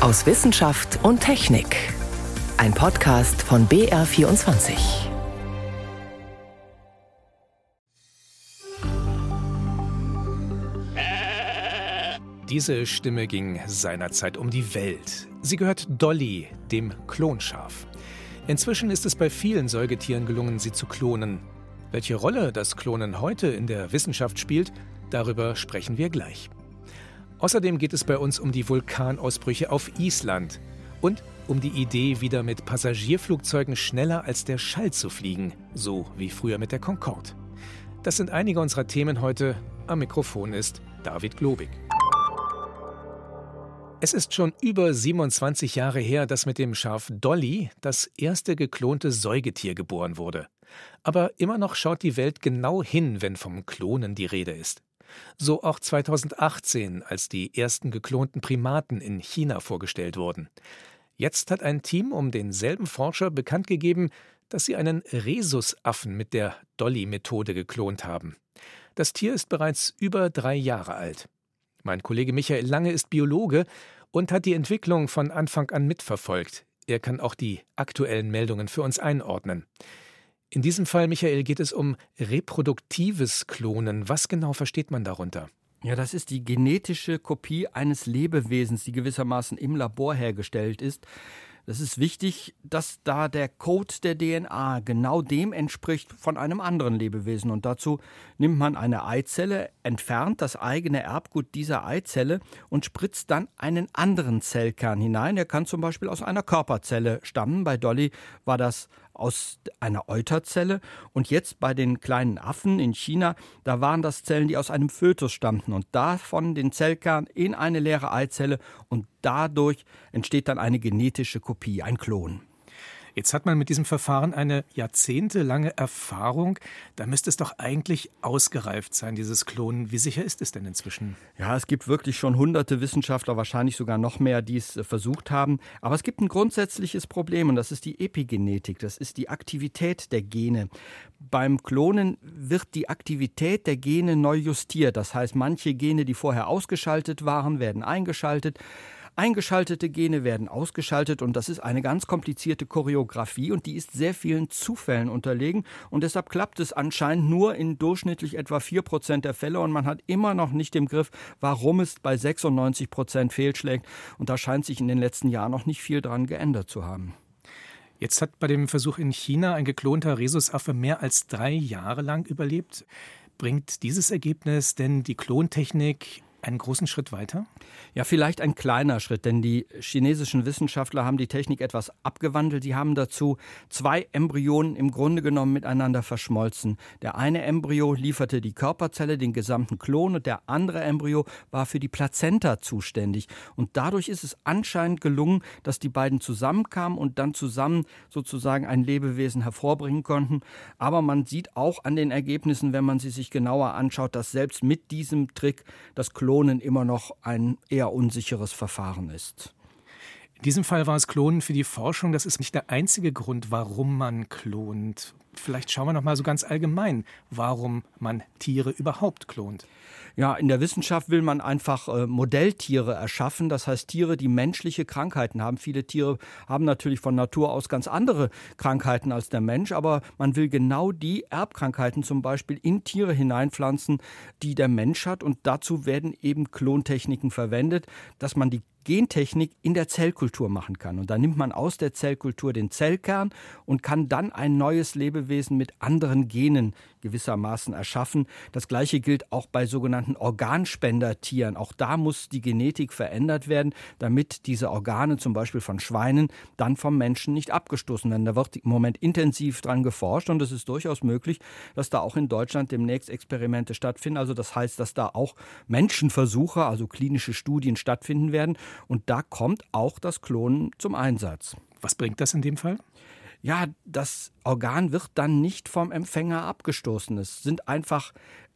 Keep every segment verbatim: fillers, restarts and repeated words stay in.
aus Wissenschaft und Technik. Ein Podcast von B R vierundzwanzig. Diese Stimme ging seinerzeit um die Welt. Sie gehört Dolly, dem Klonschaf. Inzwischen ist es bei vielen Säugetieren gelungen, sie zu klonen. Welche Rolle das Klonen heute in der Wissenschaft spielt, darüber sprechen wir gleich. Außerdem geht es bei uns um die Vulkanausbrüche auf Island und um die Idee, wieder mit Passagierflugzeugen schneller als der Schall zu fliegen, so wie früher mit der Concorde. Das sind einige unserer Themen heute. Am Mikrofon ist David Globig. Es ist schon über siebenundzwanzig Jahre her, dass mit dem Schaf Dolly das erste geklonte Säugetier geboren wurde. Aber immer noch schaut die Welt genau hin, wenn vom Klonen die Rede ist. So auch zweitausendachtzehn, als die ersten geklonten Primaten in China vorgestellt wurden. Jetzt hat ein Team um denselben Forscher bekannt gegeben, dass sie einen Rhesusaffen mit der Dolly-Methode geklont haben. Das Tier ist bereits über drei Jahre alt. Mein Kollege Michael Lange ist Biologe und hat die Entwicklung von Anfang an mitverfolgt. Er kann auch die aktuellen Meldungen für uns einordnen. In diesem Fall, Michael, geht es um reproduktives Klonen. Was genau versteht man darunter? Ja, das ist die genetische Kopie eines Lebewesens, die gewissermaßen im Labor hergestellt ist. Das ist wichtig, dass da der Code der D N A genau dem entspricht von einem anderen Lebewesen. Und dazu nimmt man eine Eizelle, entfernt das eigene Erbgut dieser Eizelle und spritzt dann einen anderen Zellkern hinein. Der kann zum Beispiel aus einer Körperzelle stammen. Bei Dolly war das aus einer Euterzelle. Und jetzt bei den kleinen Affen in China, da waren das Zellen, die aus einem Fötus stammten. Und davon den Zellkern in eine leere Eizelle. Und dadurch entsteht dann eine genetische Kopie, ein Klon. Jetzt hat man mit diesem Verfahren eine jahrzehntelange Erfahrung. Da müsste es doch eigentlich ausgereift sein, dieses Klonen. Wie sicher ist es denn inzwischen? Ja, es gibt wirklich schon hunderte Wissenschaftler, wahrscheinlich sogar noch mehr, die es versucht haben. Aber es gibt ein grundsätzliches Problem und das ist die Epigenetik. Das ist die Aktivität der Gene. Beim Klonen wird die Aktivität der Gene neu justiert. Das heißt, manche Gene, die vorher ausgeschaltet waren, werden eingeschaltet. Eingeschaltete Gene werden ausgeschaltet und das ist eine ganz komplizierte Choreografie und die ist sehr vielen Zufällen unterlegen und deshalb klappt es anscheinend nur in durchschnittlich etwa vier Prozent der Fälle und man hat immer noch nicht im Griff, warum es bei sechsundneunzig Prozent fehlschlägt und da scheint sich in den letzten Jahren noch nicht viel dran geändert zu haben. Jetzt hat bei dem Versuch in China ein geklonter Rhesusaffe mehr als drei Jahre lang überlebt. Bringt dieses Ergebnis denn die Klontechnik einen großen Schritt weiter? Ja, vielleicht ein kleiner Schritt, denn die chinesischen Wissenschaftler haben die Technik etwas abgewandelt. Die haben dazu zwei Embryonen im Grunde genommen miteinander verschmolzen. Der eine Embryo lieferte die Körperzelle, den gesamten Klon und der andere Embryo war für die Plazenta zuständig. Und dadurch ist es anscheinend gelungen, dass die beiden zusammenkamen und dann zusammen sozusagen ein Lebewesen hervorbringen konnten. Aber man sieht auch an den Ergebnissen, wenn man sie sich genauer anschaut, dass selbst mit diesem Trick das Klonen immer noch ein eher unsicheres Verfahren ist. In diesem Fall war es Klonen für die Forschung. Das ist nicht der einzige Grund, warum man klont. Vielleicht schauen wir noch mal so ganz allgemein, warum man Tiere überhaupt klont. Ja, in der Wissenschaft will man einfach äh, Modelltiere erschaffen, das heißt Tiere, die menschliche Krankheiten haben. Viele Tiere haben natürlich von Natur aus ganz andere Krankheiten als der Mensch, aber man will genau die Erbkrankheiten zum Beispiel in Tiere hineinpflanzen, die der Mensch hat und dazu werden eben Klontechniken verwendet, dass man die Gentechnik in der Zellkultur machen kann. Und da nimmt man aus der Zellkultur den Zellkern und kann dann ein neues Lebewesen mit anderen Genen gewissermaßen erschaffen. Das Gleiche gilt auch bei sogenannten Organspendertieren. Auch da muss die Genetik verändert werden, damit diese Organe zum Beispiel von Schweinen dann vom Menschen nicht abgestoßen werden. Da wird im Moment intensiv dran geforscht und es ist durchaus möglich, dass da auch in Deutschland demnächst Experimente stattfinden. Also das heißt, dass da auch Menschenversuche, also klinische Studien stattfinden werden. Und da kommt auch das Klonen zum Einsatz. Was bringt das in dem Fall? Ja, das Organ wird dann nicht vom Empfänger abgestoßen. Es sind einfach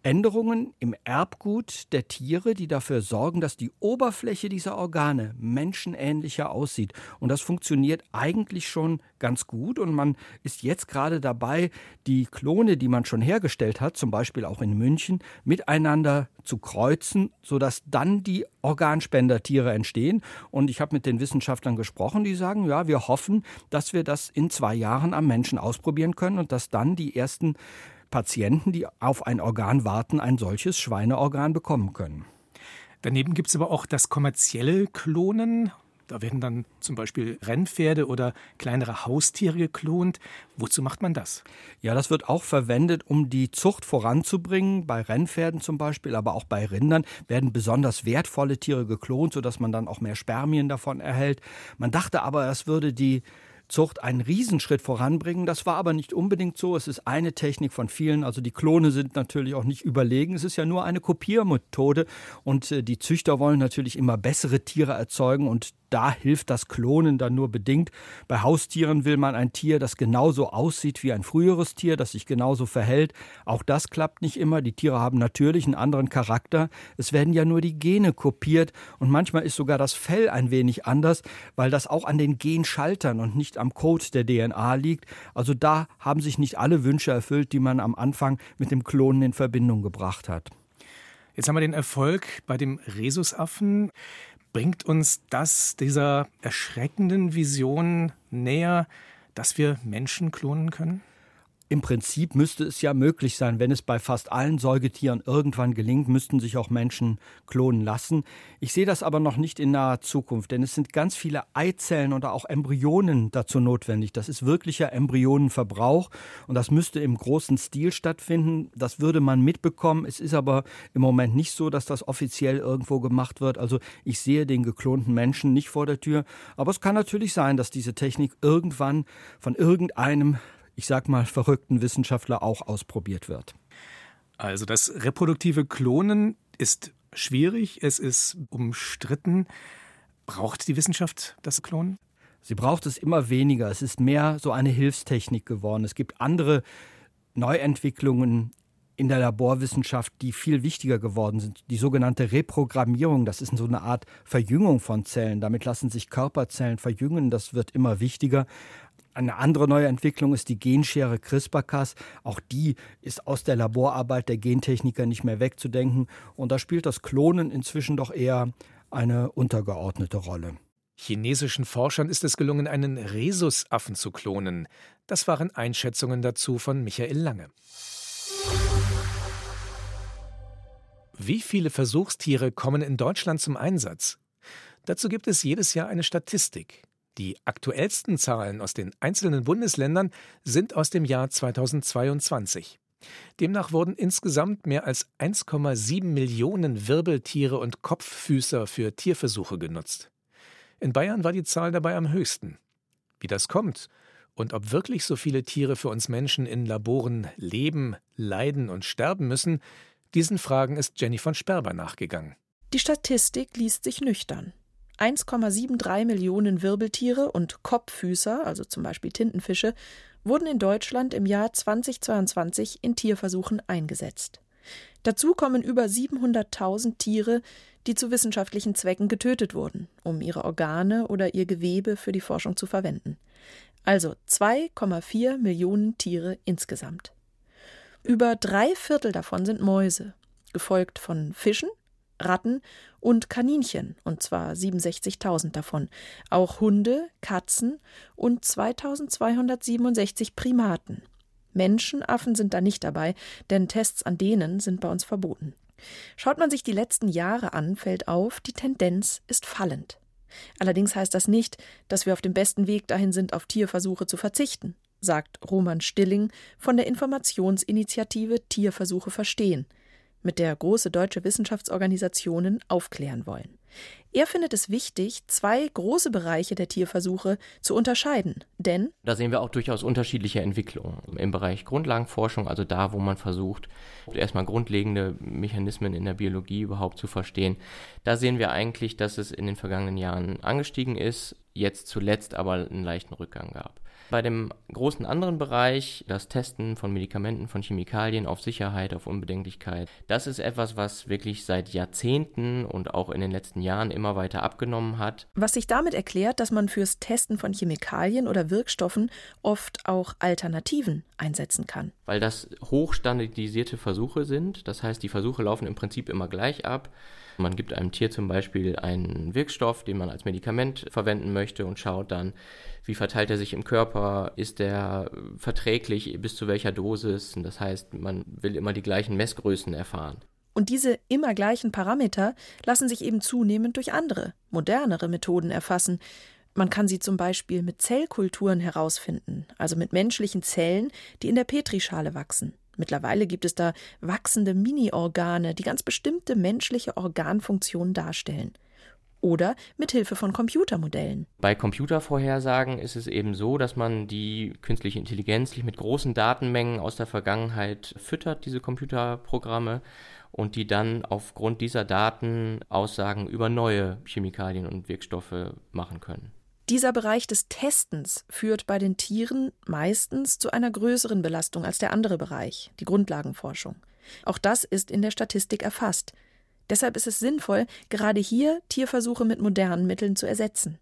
Änderungen im Erbgut der Tiere, die dafür sorgen, dass die Oberfläche dieser Organe menschenähnlicher aussieht. Und das funktioniert eigentlich schon ganz gut. Und man ist jetzt gerade dabei, die Klone, die man schon hergestellt hat, zum Beispiel auch in München, miteinander zu kreuzen, sodass dann die Organspendertiere entstehen. Und ich habe mit den Wissenschaftlern gesprochen, die sagen, ja, wir hoffen, dass wir das in zwei Jahren am Menschen ausprobieren können und dass dann die ersten Patienten, die auf ein Organ warten, ein solches Schweineorgan bekommen können. Daneben gibt es aber auch das kommerzielle Klonen. Da werden dann zum Beispiel Rennpferde oder kleinere Haustiere geklont. Wozu macht man das? Ja, das wird auch verwendet, um die Zucht voranzubringen. Bei Rennpferden zum Beispiel, aber auch bei Rindern werden besonders wertvolle Tiere geklont, sodass man dann auch mehr Spermien davon erhält. Man dachte aber, das würde die Zucht einen Riesenschritt voranbringen. Das war aber nicht unbedingt so. Es ist eine Technik von vielen. Also die Klone sind natürlich auch nicht überlegen. Es ist ja nur eine Kopiermethode und äh, die Züchter wollen natürlich immer bessere Tiere erzeugen und da hilft das Klonen dann nur bedingt. Bei Haustieren will man ein Tier, das genauso aussieht wie ein früheres Tier, das sich genauso verhält. Auch das klappt nicht immer. Die Tiere haben natürlich einen anderen Charakter. Es werden ja nur die Gene kopiert und manchmal ist sogar das Fell ein wenig anders, weil das auch an den Genschaltern und nicht am Code der D N A liegt. Also da haben sich nicht alle Wünsche erfüllt, die man am Anfang mit dem Klonen in Verbindung gebracht hat. Jetzt haben wir den Erfolg bei dem Rhesusaffen. Bringt uns das dieser erschreckenden Vision näher, dass wir Menschen klonen können? Im Prinzip müsste es ja möglich sein, wenn es bei fast allen Säugetieren irgendwann gelingt, müssten sich auch Menschen klonen lassen. Ich sehe das aber noch nicht in naher Zukunft, denn es sind ganz viele Eizellen oder auch Embryonen dazu notwendig. Das ist wirklicher Embryonenverbrauch und das müsste im großen Stil stattfinden. Das würde man mitbekommen. Es ist aber im Moment nicht so, dass das offiziell irgendwo gemacht wird. Also ich sehe den geklonten Menschen nicht vor der Tür. Aber es kann natürlich sein, dass diese Technik irgendwann von irgendeinem, ich sag mal, verrückten Wissenschaftler auch ausprobiert wird. Also das reproduktive Klonen ist schwierig, es ist umstritten. Braucht die Wissenschaft das Klonen? Sie braucht es immer weniger. Es ist mehr so eine Hilfstechnik geworden. Es gibt andere Neuentwicklungen in der Laborwissenschaft, die viel wichtiger geworden sind. Die sogenannte Reprogrammierung, das ist so eine Art Verjüngung von Zellen. Damit lassen sich Körperzellen verjüngen, das wird immer wichtiger. Eine andere neue Entwicklung ist die Genschere CRISPR-Cas. Auch die ist aus der Laborarbeit der Gentechniker nicht mehr wegzudenken. Und da spielt das Klonen inzwischen doch eher eine untergeordnete Rolle. Chinesischen Forschern ist es gelungen, einen Rhesusaffen zu klonen. Das waren Einschätzungen dazu von Michael Lange. Wie viele Versuchstiere kommen in Deutschland zum Einsatz? Dazu gibt es jedes Jahr eine Statistik. Die aktuellsten Zahlen aus den einzelnen Bundesländern sind aus dem Jahr zweitausendzweiundzwanzig. Demnach wurden insgesamt mehr als eins Komma sieben Millionen Wirbeltiere und Kopffüßer für Tierversuche genutzt. In Bayern war die Zahl dabei am höchsten. Wie das kommt und ob wirklich so viele Tiere für uns Menschen in Laboren leben, leiden und sterben müssen, diesen Fragen ist Jenny von Sperber nachgegangen. Die Statistik liest sich nüchtern. eins Komma dreiundsiebzig Millionen Wirbeltiere und Kopffüßer, also zum Beispiel Tintenfische, wurden in Deutschland im Jahr zweitausendzweiundzwanzig in Tierversuchen eingesetzt. Dazu kommen über siebenhunderttausend Tiere, die zu wissenschaftlichen Zwecken getötet wurden, um ihre Organe oder ihr Gewebe für die Forschung zu verwenden. Also zwei Komma vier Millionen Tiere insgesamt. Über drei Viertel davon sind Mäuse, gefolgt von Fischen, Ratten und Kaninchen, und zwar siebenundsechzigtausend davon, auch Hunde, Katzen und zweitausendzweihundertsiebenundsechzig Primaten. Menschenaffen sind da nicht dabei, denn Tests an denen sind bei uns verboten. Schaut man sich die letzten Jahre an, fällt auf, die Tendenz ist fallend. Allerdings heißt das nicht, dass wir auf dem besten Weg dahin sind, auf Tierversuche zu verzichten, sagt Roman Stilling von der Informationsinitiative Tierversuche verstehen, mit der große deutsche Wissenschaftsorganisationen aufklären wollen. Er findet es wichtig, zwei große Bereiche der Tierversuche zu unterscheiden, denn da sehen wir auch durchaus unterschiedliche Entwicklungen. Im Bereich Grundlagenforschung, also da, wo man versucht, erstmal grundlegende Mechanismen in der Biologie überhaupt zu verstehen, da sehen wir eigentlich, dass es in den vergangenen Jahren angestiegen ist, jetzt zuletzt aber einen leichten Rückgang gab. Bei dem großen anderen Bereich, das Testen von Medikamenten, von Chemikalien auf Sicherheit, auf Unbedenklichkeit, das ist etwas, was wirklich seit Jahrzehnten und auch in den letzten Jahren immer weiter abgenommen hat. Was sich damit erklärt, dass man fürs Testen von Chemikalien oder Wirkstoffen oft auch Alternativen einsetzen kann. Weil das hochstandardisierte Versuche sind, das heißt, die Versuche laufen im Prinzip immer gleich ab. Man gibt einem Tier zum Beispiel einen Wirkstoff, den man als Medikament verwenden möchte und schaut dann, wie verteilt er sich im Körper, ist er verträglich, bis zu welcher Dosis. Das heißt, man will immer die gleichen Messgrößen erfahren. Und diese immer gleichen Parameter lassen sich eben zunehmend durch andere, modernere Methoden erfassen. Man kann sie zum Beispiel mit Zellkulturen herausfinden, also mit menschlichen Zellen, die in der Petrischale wachsen. Mittlerweile gibt es da wachsende Mini-Organe, die ganz bestimmte menschliche Organfunktionen darstellen. Oder mit Hilfe von Computermodellen. Bei Computervorhersagen ist es eben so, dass man die künstliche Intelligenz mit großen Datenmengen aus der Vergangenheit füttert, diese Computerprogramme, und die dann aufgrund dieser Daten Aussagen über neue Chemikalien und Wirkstoffe machen können. Dieser Bereich des Testens führt bei den Tieren meistens zu einer größeren Belastung als der andere Bereich, die Grundlagenforschung. Auch das ist in der Statistik erfasst. Deshalb ist es sinnvoll, gerade hier Tierversuche mit modernen Mitteln zu ersetzen.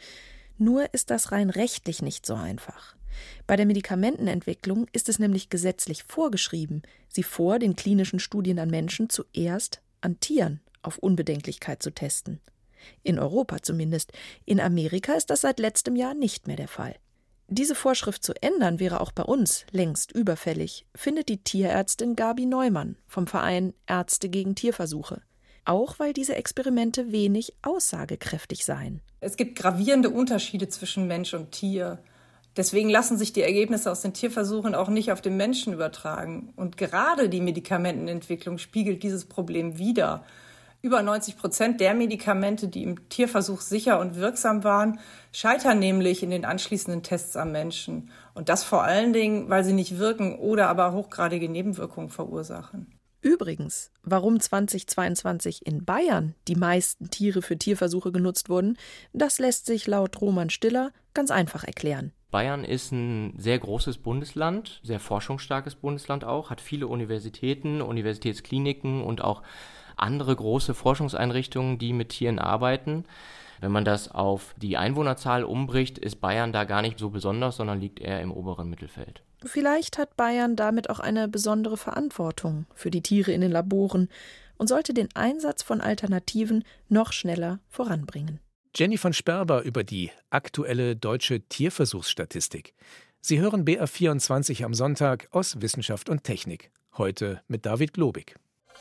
Nur ist das rein rechtlich nicht so einfach. Bei der Medikamentenentwicklung ist es nämlich gesetzlich vorgeschrieben, sie vor den klinischen Studien an Menschen zuerst an Tieren auf Unbedenklichkeit zu testen. In Europa zumindest. In Amerika ist das seit letztem Jahr nicht mehr der Fall. Diese Vorschrift zu ändern wäre auch bei uns längst überfällig, findet die Tierärztin Gabi Neumann vom Verein Ärzte gegen Tierversuche. Auch weil diese Experimente wenig aussagekräftig seien. Es gibt gravierende Unterschiede zwischen Mensch und Tier. Deswegen lassen sich die Ergebnisse aus den Tierversuchen auch nicht auf den Menschen übertragen. Und gerade die Medikamentenentwicklung spiegelt dieses Problem wider. Über neunzig Prozent der Medikamente, die im Tierversuch sicher und wirksam waren, scheitern nämlich in den anschließenden Tests am Menschen. Und das vor allen Dingen, weil sie nicht wirken oder aber hochgradige Nebenwirkungen verursachen. Übrigens, warum zweitausendzweiundzwanzig in Bayern die meisten Tiere für Tierversuche genutzt wurden, das lässt sich laut Roman Stiller ganz einfach erklären. Bayern ist ein sehr großes Bundesland, sehr forschungsstarkes Bundesland auch, hat viele Universitäten, Universitätskliniken und auch andere große Forschungseinrichtungen, die mit Tieren arbeiten. Wenn man das auf die Einwohnerzahl umbricht, ist Bayern da gar nicht so besonders, sondern liegt eher im oberen Mittelfeld. Vielleicht hat Bayern damit auch eine besondere Verantwortung für die Tiere in den Laboren und sollte den Einsatz von Alternativen noch schneller voranbringen. Jenny von Sperber über die aktuelle deutsche Tierversuchsstatistik. Sie hören B R vierundzwanzig am Sonntag aus Wissenschaft und Technik. Heute mit David Globig.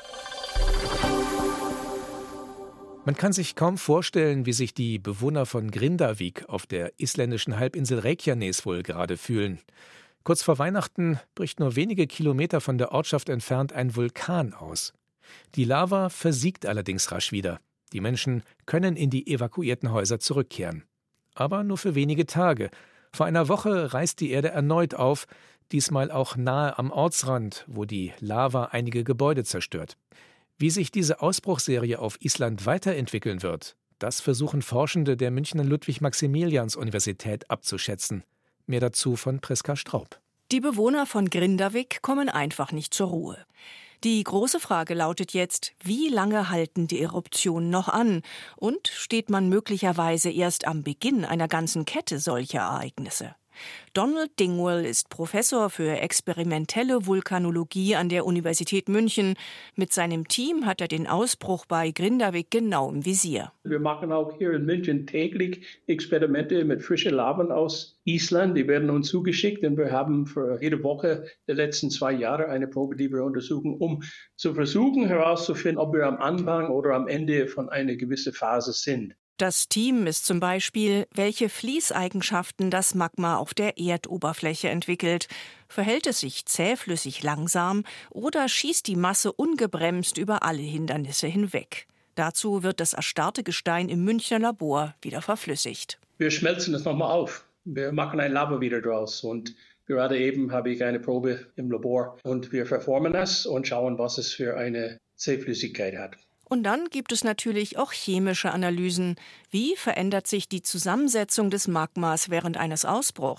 Man kann sich kaum vorstellen, wie sich die Bewohner von Grindavik auf der isländischen Halbinsel Reykjanes wohl gerade fühlen. Kurz vor Weihnachten bricht nur wenige Kilometer von der Ortschaft entfernt ein Vulkan aus. Die Lava versiegt allerdings rasch wieder. Die Menschen können in die evakuierten Häuser zurückkehren. Aber nur für wenige Tage. Vor einer Woche reißt die Erde erneut auf, diesmal auch nahe am Ortsrand, wo die Lava einige Gebäude zerstört. Wie sich diese Ausbruchsserie auf Island weiterentwickeln wird, das versuchen Forschende der Münchner Ludwig-Maximilians-Universität abzuschätzen. Mehr dazu von Priska Straub. Die Bewohner von Grindavik kommen einfach nicht zur Ruhe. Die große Frage lautet jetzt, wie lange halten die Eruptionen noch an? Und steht man möglicherweise erst am Beginn einer ganzen Kette solcher Ereignisse? Donald Dingwall ist Professor für experimentelle Vulkanologie an der Universität München. Mit seinem Team hat er den Ausbruch bei Grindavik genau im Visier. Wir machen auch hier in München täglich Experimente mit frischen Lavern aus Island. Die werden uns zugeschickt und wir haben für jede Woche der letzten zwei Jahre eine Probe, die wir untersuchen, um zu versuchen herauszufinden, ob wir am Anfang oder am Ende von einer gewissen Phase sind. Das Team misst zum Beispiel, welche Fließeigenschaften das Magma auf der Erdoberfläche entwickelt. Verhält es sich zähflüssig langsam oder schießt die Masse ungebremst über alle Hindernisse hinweg? Dazu wird das erstarrte Gestein im Münchner Labor wieder verflüssigt. Wir schmelzen es nochmal auf. Wir machen ein Lava wieder draus und gerade eben habe ich eine Probe im Labor und wir verformen es und schauen, was es für eine Zähflüssigkeit hat. Und dann gibt es natürlich auch chemische Analysen. Wie verändert sich die Zusammensetzung des Magmas während eines Ausbruchs?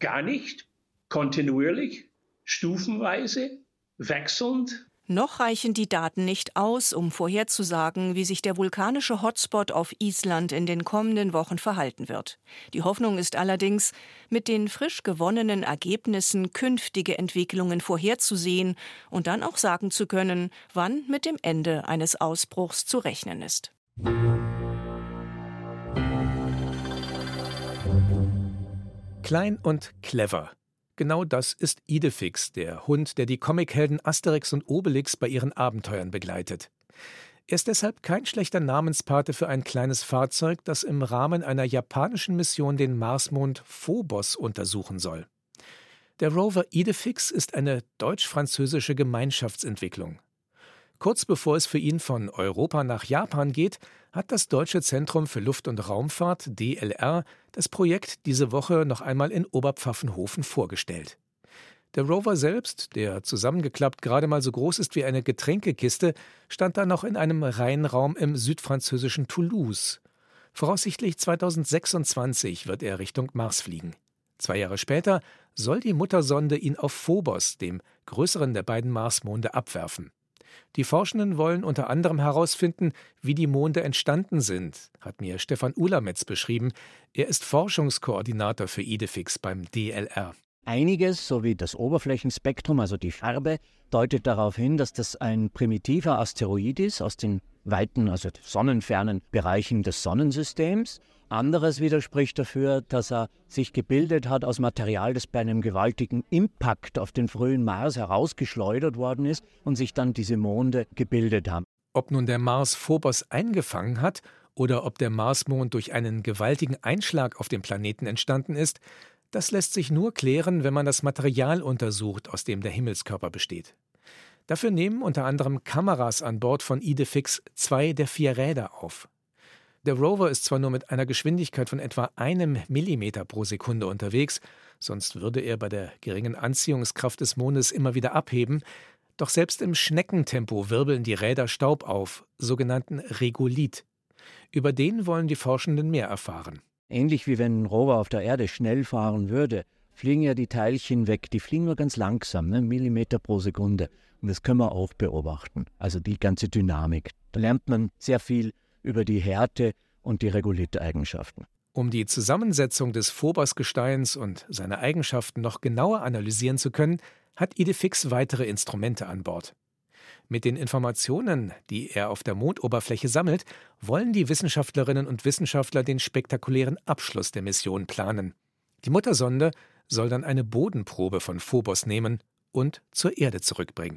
gar nicht, kontinuierlich, stufenweise, wechselnd. Noch reichen die Daten nicht aus, um vorherzusagen, wie sich der vulkanische Hotspot auf Island in den kommenden Wochen verhalten wird. Die Hoffnung ist allerdings, mit den frisch gewonnenen Ergebnissen künftige Entwicklungen vorherzusehen und dann auch sagen zu können, wann mit dem Ende eines Ausbruchs zu rechnen ist. Klein und clever. Genau das ist Idefix, der Hund, der die Comichelden Asterix und Obelix bei ihren Abenteuern begleitet. Er ist deshalb kein schlechter Namenspate für ein kleines Fahrzeug, das im Rahmen einer japanischen Mission den Marsmond Phobos untersuchen soll. Der Rover Idefix ist eine deutsch-französische Gemeinschaftsentwicklung. Kurz bevor es für ihn von Europa nach Japan geht, hat das Deutsche Zentrum für Luft- und Raumfahrt, D L R, das Projekt diese Woche noch einmal in Oberpfaffenhofen vorgestellt. Der Rover selbst, der zusammengeklappt gerade mal so groß ist wie eine Getränkekiste, stand da noch in einem Rheinraum im südfranzösischen Toulouse. Voraussichtlich zweitausendsechsundzwanzig wird er Richtung Mars fliegen. Zwei Jahre später soll die Muttersonde ihn auf Phobos, dem größeren der beiden Marsmonde, abwerfen. Die Forschenden wollen unter anderem herausfinden, wie die Monde entstanden sind, hat mir Stefan Ulametz beschrieben. Er ist Forschungskoordinator für Idefix beim D L R. Einiges, so wie das Oberflächenspektrum, also die Farbe, deutet darauf hin, dass das ein primitiver Asteroid ist aus den weiten, also sonnenfernen Bereichen des Sonnensystems. Anderes widerspricht dafür, dass er sich gebildet hat aus Material, das bei einem gewaltigen Impact auf den frühen Mars herausgeschleudert worden ist und sich dann diese Monde gebildet haben. Ob nun der Mars Phobos eingefangen hat oder ob der Marsmond durch einen gewaltigen Einschlag auf dem Planeten entstanden ist, das lässt sich nur klären, wenn man das Material untersucht, aus dem der Himmelskörper besteht. Dafür nehmen unter anderem Kameras an Bord von Idefix zwei der vier Räder auf. Der Rover ist zwar nur mit einer Geschwindigkeit von etwa einem Millimeter pro Sekunde unterwegs, sonst würde er bei der geringen Anziehungskraft des Mondes immer wieder abheben, doch selbst im Schneckentempo wirbeln die Räder Staub auf, sogenannten Regolith. Über den wollen die Forschenden mehr erfahren. Ähnlich wie wenn ein Rover auf der Erde schnell fahren würde, fliegen ja die Teilchen weg, die fliegen nur ganz langsam, ne? Millimeter pro Sekunde. Und das können wir auch beobachten, also die ganze Dynamik. Da lernt man sehr viel über die Härte und die Regolith-Eigenschaften. Um die Zusammensetzung des Phobos-Gesteins und seine Eigenschaften noch genauer analysieren zu können, hat Idefix weitere Instrumente an Bord. Mit den Informationen, die er auf der Mondoberfläche sammelt, wollen die Wissenschaftlerinnen und Wissenschaftler den spektakulären Abschluss der Mission planen. Die Muttersonde soll dann eine Bodenprobe von Phobos nehmen und zur Erde zurückbringen.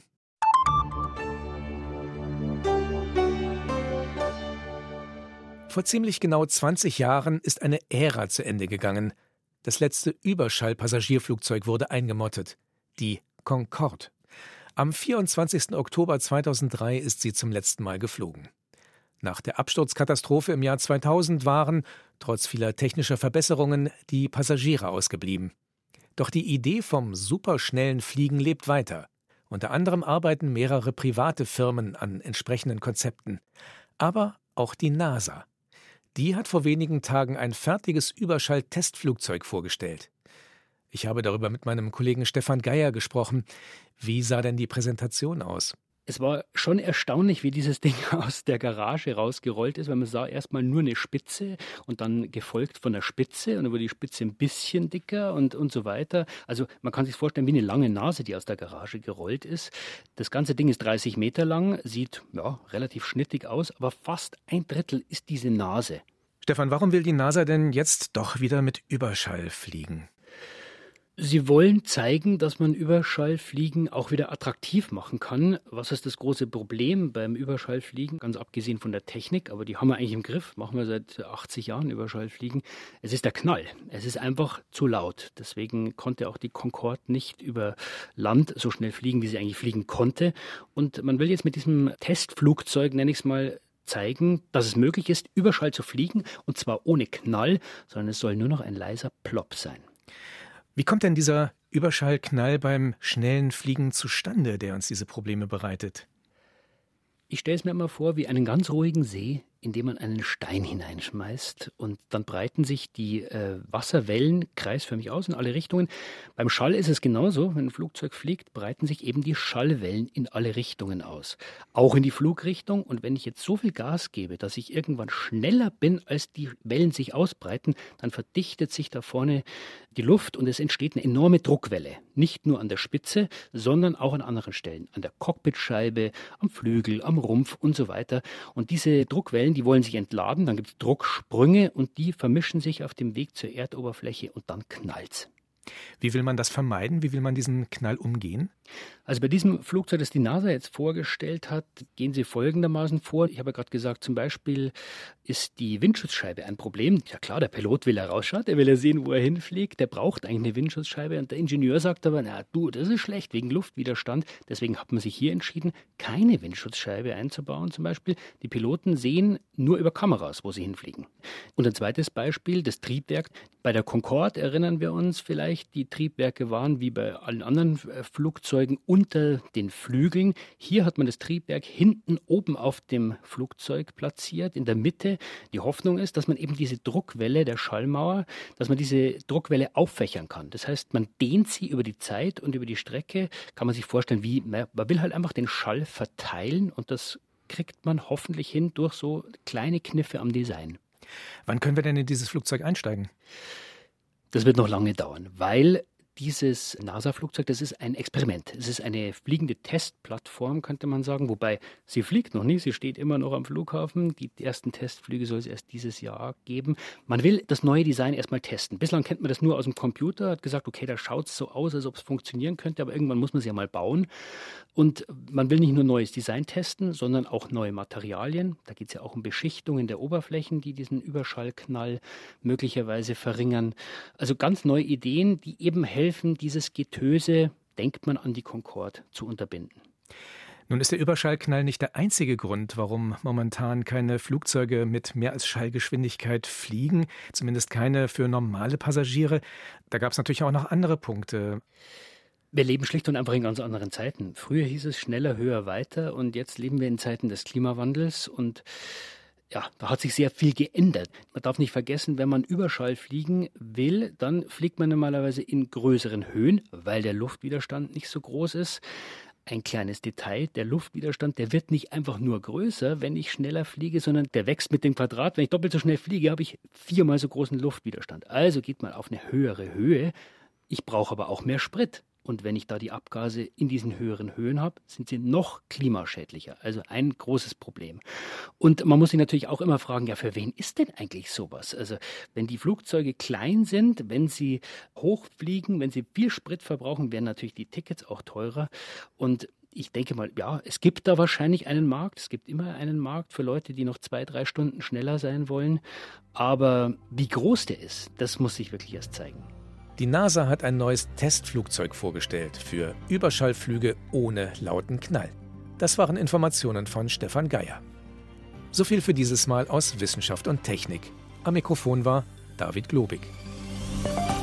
Vor ziemlich genau zwanzig Jahren ist eine Ära zu Ende gegangen. Das letzte Überschallpassagierflugzeug wurde eingemottet, die Concorde. Am vierundzwanzigsten Oktober zweitausenddrei ist sie zum letzten Mal geflogen. Nach der Absturzkatastrophe im Jahr zweitausend waren, trotz vieler technischer Verbesserungen, die Passagiere ausgeblieben. Doch die Idee vom superschnellen Fliegen lebt weiter. Unter anderem arbeiten mehrere private Firmen an entsprechenden Konzepten. Aber auch die NASA. Die hat vor wenigen Tagen ein fertiges Überschall-Testflugzeug vorgestellt. Ich habe darüber mit meinem Kollegen Stefan Geier gesprochen. Wie sah denn die Präsentation aus? Es war schon erstaunlich, wie dieses Ding aus der Garage rausgerollt ist, weil man sah erstmal nur eine Spitze und dann gefolgt von der Spitze und dann wurde die Spitze ein bisschen dicker und, und so weiter. Also man kann sich vorstellen, wie eine lange Nase, die aus der Garage gerollt ist. Das ganze Ding ist dreißig Meter lang, sieht ja relativ schnittig aus, aber fast ein Drittel ist diese Nase. Stefan, warum will die NASA denn jetzt doch wieder mit Überschall fliegen? Sie wollen zeigen, dass man Überschallfliegen auch wieder attraktiv machen kann. Was ist das große Problem beim Überschallfliegen? Ganz abgesehen von der Technik, aber die haben wir eigentlich im Griff. Machen wir seit achtzig Jahren Überschallfliegen. Es ist der Knall. Es ist einfach zu laut. Deswegen konnte auch die Concorde nicht über Land so schnell fliegen, wie sie eigentlich fliegen konnte. Und man will jetzt mit diesem Testflugzeug, nenne ich es mal, zeigen, dass es möglich ist, Überschall zu fliegen. Und zwar ohne Knall, sondern es soll nur noch ein leiser Plop sein. Wie kommt denn dieser Überschallknall beim schnellen Fliegen zustande, der uns diese Probleme bereitet? Ich stelle es mir immer vor wie einen ganz ruhigen See indem man einen Stein hineinschmeißt und dann breiten sich die äh, Wasserwellen kreisförmig aus in alle Richtungen. Beim Schall ist es genauso. Wenn ein Flugzeug fliegt, breiten sich eben die Schallwellen in alle Richtungen aus. Auch in die Flugrichtung. Und wenn ich jetzt so viel Gas gebe, dass ich irgendwann schneller bin, als die Wellen sich ausbreiten, dann verdichtet sich da vorne die Luft und es entsteht eine enorme Druckwelle. Nicht nur an der Spitze, sondern auch an anderen Stellen. An der Cockpitscheibe, am Flügel, am Rumpf und so weiter. Und diese Druckwellen, die wollen sich entladen, dann gibt es Drucksprünge und die vermischen sich auf dem Weg zur Erdoberfläche und dann knallt's. Wie will man das vermeiden? Wie will man diesen Knall umgehen? Also bei diesem Flugzeug, das die NASA jetzt vorgestellt hat, gehen sie folgendermaßen vor. Ich habe ja gerade gesagt, zum Beispiel ist die Windschutzscheibe ein Problem. Ja klar, der Pilot will herausschauen, der will ja sehen, wo er hinfliegt. Der braucht eigentlich eine Windschutzscheibe. Und der Ingenieur sagt aber, na du, das ist schlecht wegen Luftwiderstand. Deswegen hat man sich hier entschieden, keine Windschutzscheibe einzubauen zum Beispiel. Die Piloten sehen nur über Kameras, wo sie hinfliegen. Und ein zweites Beispiel, das Triebwerk. Bei der Concorde erinnern wir uns vielleicht, die Triebwerke waren wie bei allen anderen Flugzeugen unter den Flügeln. Hier hat man das Triebwerk hinten oben auf dem Flugzeug platziert, in der Mitte. Die Hoffnung ist, dass man eben diese Druckwelle der Schallmauer, dass man diese Druckwelle auffächern kann. Das heißt, man dehnt sie über die Zeit und über die Strecke, kann man sich vorstellen, wie man will halt einfach den Schall verteilen und das kriegt man hoffentlich hin durch so kleine Kniffe am Design. Wann können wir denn in dieses Flugzeug einsteigen? Das wird noch lange dauern, weil dieses NASA-Flugzeug, das ist ein Experiment. Es ist eine fliegende Testplattform, könnte man sagen, wobei sie fliegt noch nicht, sie steht immer noch am Flughafen. Die ersten Testflüge soll es erst dieses Jahr geben. Man will das neue Design erstmal testen. Bislang kennt man das nur aus dem Computer, hat gesagt, okay, da schaut es so aus, als ob es funktionieren könnte, aber irgendwann muss man es ja mal bauen. Und man will nicht nur neues Design testen, sondern auch neue Materialien. Da geht es ja auch um Beschichtungen der Oberflächen, die diesen Überschallknall möglicherweise verringern. Also ganz neue Ideen, die eben helfen, dieses Getöse, denkt man an die Concorde, zu unterbinden. Nun ist der Überschallknall nicht der einzige Grund, warum momentan keine Flugzeuge mit mehr als Schallgeschwindigkeit fliegen, zumindest keine für normale Passagiere. Da gab es natürlich auch noch andere Punkte. Wir leben schlicht und einfach in ganz anderen Zeiten. Früher hieß es schneller, höher, weiter und jetzt leben wir in Zeiten des Klimawandels und ja, da hat sich sehr viel geändert. Man darf nicht vergessen, wenn man Überschall fliegen will, dann fliegt man normalerweise in größeren Höhen, weil der Luftwiderstand nicht so groß ist. Ein kleines Detail, der Luftwiderstand, der wird nicht einfach nur größer, wenn ich schneller fliege, sondern der wächst mit dem Quadrat. Wenn ich doppelt so schnell fliege, habe ich viermal so großen Luftwiderstand. Also geht man auf eine höhere Höhe. Ich brauche aber auch mehr Sprit. Und wenn ich da die Abgase in diesen höheren Höhen habe, sind sie noch klimaschädlicher. Also ein großes Problem. Und man muss sich natürlich auch immer fragen, ja, für wen ist denn eigentlich sowas? Also wenn die Flugzeuge klein sind, wenn sie hochfliegen, wenn sie viel Sprit verbrauchen, werden natürlich die Tickets auch teurer. Und ich denke mal, ja, es gibt da wahrscheinlich einen Markt. Es gibt immer einen Markt für Leute, die noch zwei, drei Stunden schneller sein wollen. Aber wie groß der ist, das muss sich wirklich erst zeigen. Die NASA hat ein neues Testflugzeug vorgestellt für Überschallflüge ohne lauten Knall. Das waren Informationen von Stefan Geier. So viel für dieses Mal aus Wissenschaft und Technik. Am Mikrofon war David Globig.